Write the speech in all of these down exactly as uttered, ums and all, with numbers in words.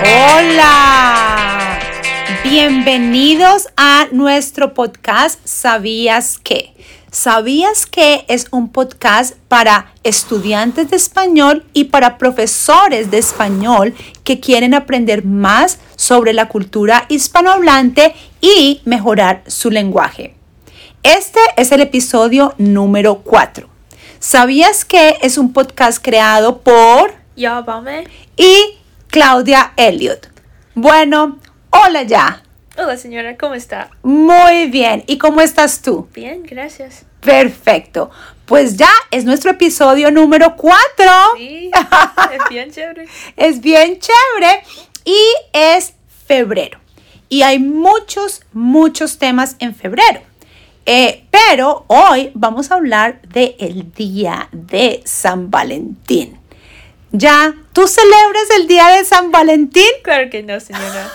Hola, bienvenidos a nuestro podcast ¿Sabías qué? ¿Sabías qué? Es un podcast para estudiantes de español y para profesores de español que quieren aprender más sobre la cultura hispanohablante y mejorar su lenguaje. Este es el episodio número cuatro. ¿Sabías qué? Es un podcast creado por Yabame y Claudia Elliot. Bueno, hola ya. Hola señora, ¿cómo está? Muy bien. ¿Y cómo estás tú? Bien, gracias. Perfecto. Pues ya es nuestro episodio número cuatro. Sí, es bien chévere. Es bien chévere y es febrero. Y hay muchos, muchos temas en febrero. Eh, pero hoy vamos a hablar del Día de San Valentín. Ya, ¿tú celebras el Día de San Valentín? Claro que no, señora.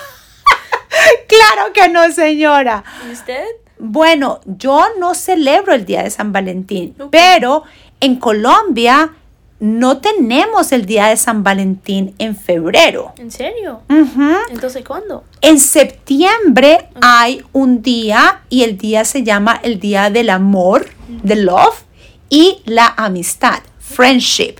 Claro que no, señora. ¿Y usted? Bueno, yo no celebro el Día de San Valentín, Okay. pero en Colombia no tenemos el Día de San Valentín en febrero. ¿En serio? Uh-huh. Entonces, ¿cuándo? En septiembre uh-huh. hay un día y el día se llama el Día del Amor, uh-huh. de Love y la Amistad, Friendship.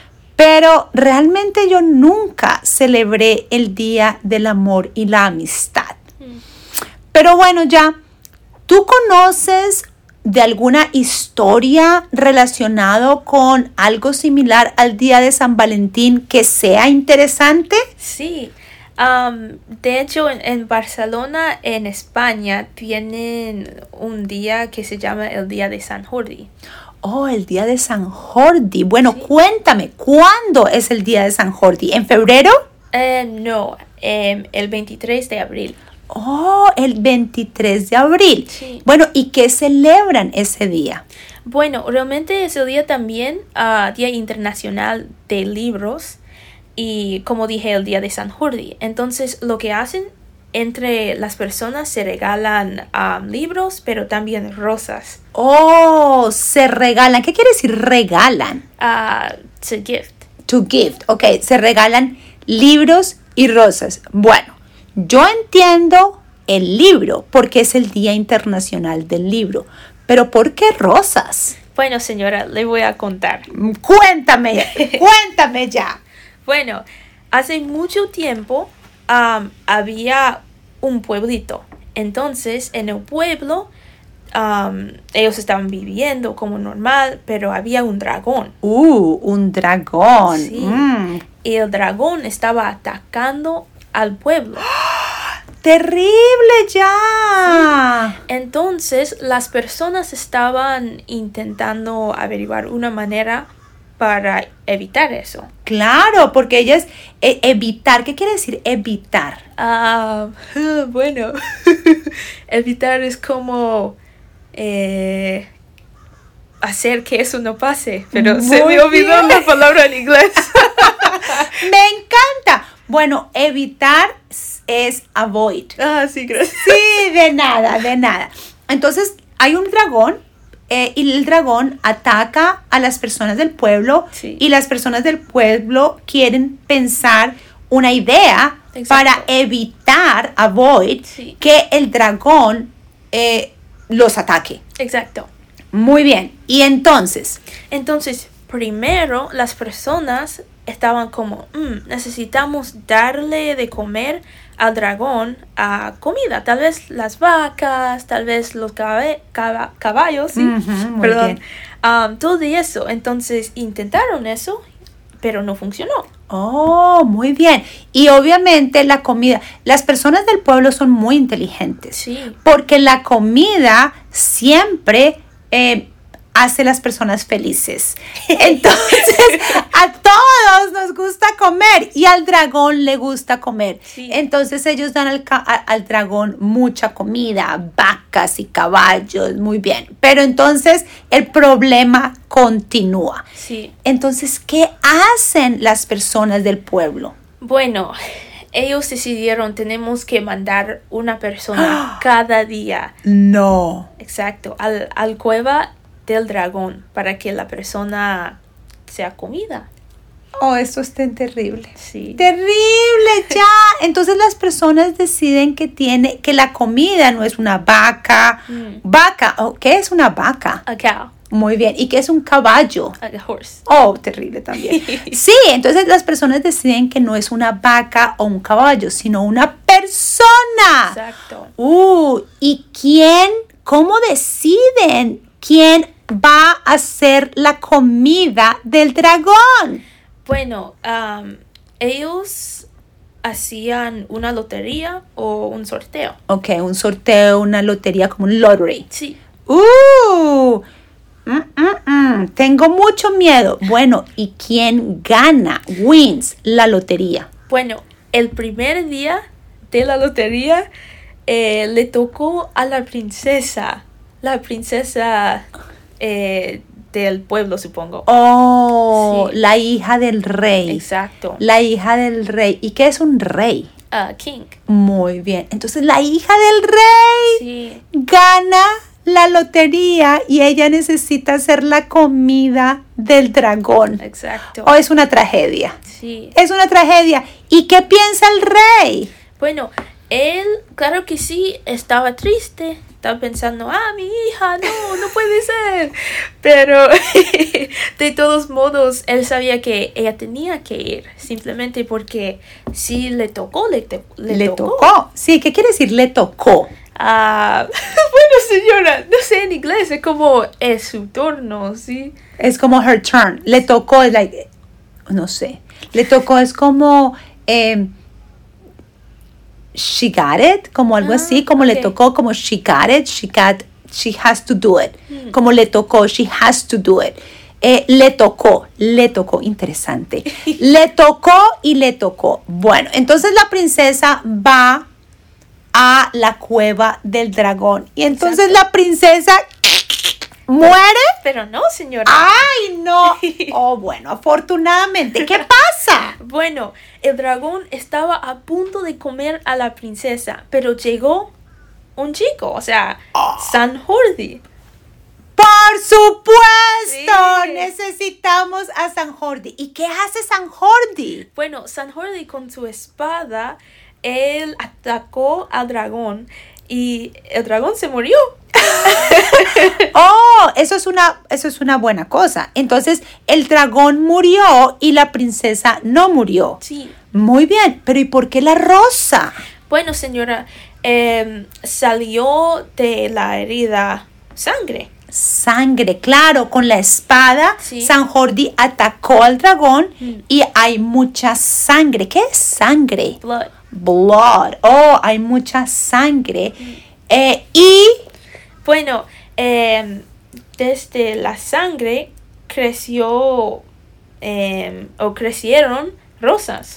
Pero realmente yo nunca celebré el Día del Amor y la Amistad. Uh-huh. Pero bueno, ya, ¿tú conoces de alguna historia relacionada con algo similar al Día de San Valentín que sea interesante? Sí. Um, de hecho, en, en Barcelona, en España, tienen un día que se llama el Día de San Jordi. Oh, el Día de San Jordi. Bueno, sí. Cuéntame, ¿cuándo es el Día de San Jordi? ¿En febrero? Eh, no, eh, el veintitrés de abril. Oh, el veintitrés de abril. Sí. Bueno, ¿y qué celebran ese día? Bueno, realmente es el día también, uh, Día Internacional de Libros y, como dije, el Día de San Jordi. Entonces, lo que hacen entre las personas se regalan um, libros, pero también rosas. Oh, se regalan. ¿Qué quiere decir regalan? Uh, to gift. To gift, ok. Se regalan libros y rosas. Bueno, yo entiendo el libro porque es el Día Internacional del Libro. Pero ¿por qué rosas? Bueno, señora, le voy a contar. Cuéntame, cuéntame ya. Bueno, hace mucho tiempo um, había un pueblito. Entonces, en el pueblo, um, ellos estaban viviendo como normal, pero había un dragón. Uh, un dragón. Sí. Mm. Y el dragón estaba atacando al pueblo. ¡Terrible ya! Sí. Entonces, las personas estaban intentando averiguar una manera para evitar eso. Claro, porque ellas e- evitar, ¿qué quiere decir evitar? Ah, uh, bueno, evitar es como eh, hacer que eso no pase, pero Muy se me olvidó bien. la palabra en inglés. ¡Me encanta! Bueno, evitar es avoid. Ah, sí, gracias. Sí, de nada, de nada. Entonces, hay un dragón. Eh, y el dragón ataca a las personas del pueblo sí. y las personas del pueblo quieren pensar una idea Exacto. para evitar, avoid, sí. que el dragón eh, los ataque. Exacto. Muy bien. Y entonces. Entonces, primero las personas estaban como, mm, necesitamos darle de comer al dragón a comida, tal vez las vacas, tal vez los cabe- cab- caballos, ¿sí? Uh-huh, muy Perdón, bien. Um, todo eso. Entonces intentaron eso, pero no funcionó. Oh, muy bien. Y obviamente la comida, las personas del pueblo son muy inteligentes. Sí. Porque la comida siempre eh, hace las personas felices. Entonces, a todos nos gusta comer y al dragón le gusta comer. Sí. Entonces, ellos dan al, ca- al dragón mucha comida, vacas y caballos, muy bien. Pero entonces, el problema continúa. Sí. Entonces, ¿qué hacen las personas del pueblo? Bueno, ellos decidieron, tenemos que mandar una persona cada día. No. Exacto, al, al cueva del dragón para que la persona sea comida. Oh, esto es tan terrible. Sí. Terrible, ya. Entonces las personas deciden que tiene, que la comida no es una vaca. Mm. Vaca, oh, ¿qué es una vaca? A cow. Muy bien. ¿Y qué es un caballo? A horse. Oh, terrible también. Sí, entonces las personas deciden que no es una vaca o un caballo, sino una persona. Exacto. Uh, ¿y quién, cómo deciden quién va a hacer la comida del dragón? Bueno, um, ellos hacían una lotería o un sorteo. Ok, un sorteo, una lotería, como un lottery. Sí. Uh, mm, mm, mm, tengo mucho miedo. Bueno, ¿y quién gana, wins, la lotería? Bueno, el primer día de la lotería eh, le tocó a la princesa. La princesa eh, del pueblo, supongo. Oh, Sí. la hija del rey. Exacto. La hija del rey. ¿Y qué es un rey? Uh, king. Muy bien. Entonces la hija del rey Sí. gana la lotería y ella necesita hacer la comida del dragón. Exacto. Oh, es una tragedia. Sí. Es una tragedia. ¿Y qué piensa el rey? Bueno, él, claro que sí, estaba triste. Estaba pensando, ah, mi hija, no, no puede ser. Pero de todos modos, él sabía que ella tenía que ir. Simplemente porque si le tocó, le, te- le, Le tocó. tocó. Sí, ¿qué quiere decir le tocó? Ah, bueno, señora, no sé en inglés, es como es su turno, ¿sí? Es como her turn. Le tocó, like, no sé. Le tocó es como eh, she got it, como algo Ah, así, como le ok. tocó, como she got it, she got, she has to do it. Mm. Como le tocó, she has to do it. Eh, le tocó, le tocó, interesante. Le tocó y le tocó. Bueno, entonces la princesa va a la cueva del dragón. Y entonces Exacto. la princesa muere. Pero no, señora. ¡Ay, no! Oh, bueno, afortunadamente. ¿Qué pasa? Bueno, el dragón estaba a punto de comer a la princesa, pero llegó un chico, o sea, San Jordi. ¡Por supuesto! Sí. Necesitamos a San Jordi. ¿Y qué hace San Jordi? Bueno, San Jordi con su espada, él atacó al dragón y el dragón se murió. Oh, eso es una, eso es una buena cosa. Entonces, el dragón murió y la princesa no murió. Sí. Muy bien, pero ¿y por qué la rosa? Bueno, señora, em, salió de la herida sangre. Sangre, claro, con la espada, Sí. San Jordi atacó al dragón Mm. y hay mucha sangre. ¿Qué es sangre? Blood. Blood. Oh, hay mucha sangre. Eh, y Bueno, em, desde la sangre creció em, o crecieron rosas.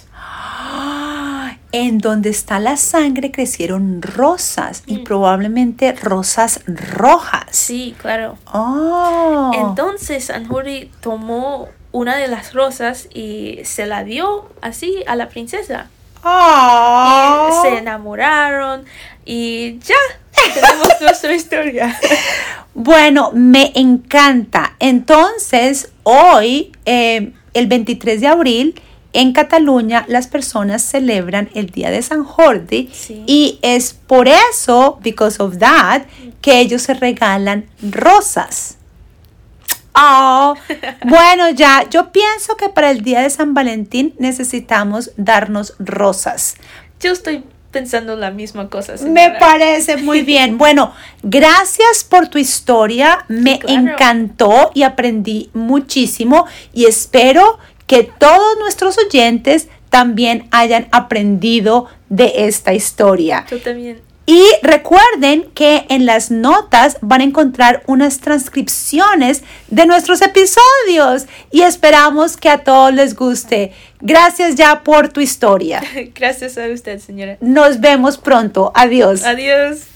en donde está la sangre crecieron rosas y Mm. probablemente rosas rojas. Sí, claro. Oh. Entonces San Jordi tomó una de las rosas y se la dio así a la princesa. Oh. Y se enamoraron y ya tenemos nuestra historia. Bueno, me encanta. Entonces, hoy, eh, el veintitrés de abril, en Cataluña, las personas celebran el Día de San Jordi. Sí. Y es por eso, because of that, que ellos se regalan rosas. Oh, bueno, ya, yo pienso que para el Día de San Valentín necesitamos darnos rosas. Yo estoy pensando la misma cosa, Me señora. parece muy bien. Bueno, gracias por tu historia. Me claro. encantó y aprendí muchísimo y espero que todos nuestros oyentes también hayan aprendido de esta historia. Yo también. Y recuerden que en las notas van a encontrar unas transcripciones de nuestros episodios y esperamos que a todos les guste. Gracias ya por tu historia. Gracias a usted, señora. Nos vemos pronto. Adiós. Adiós.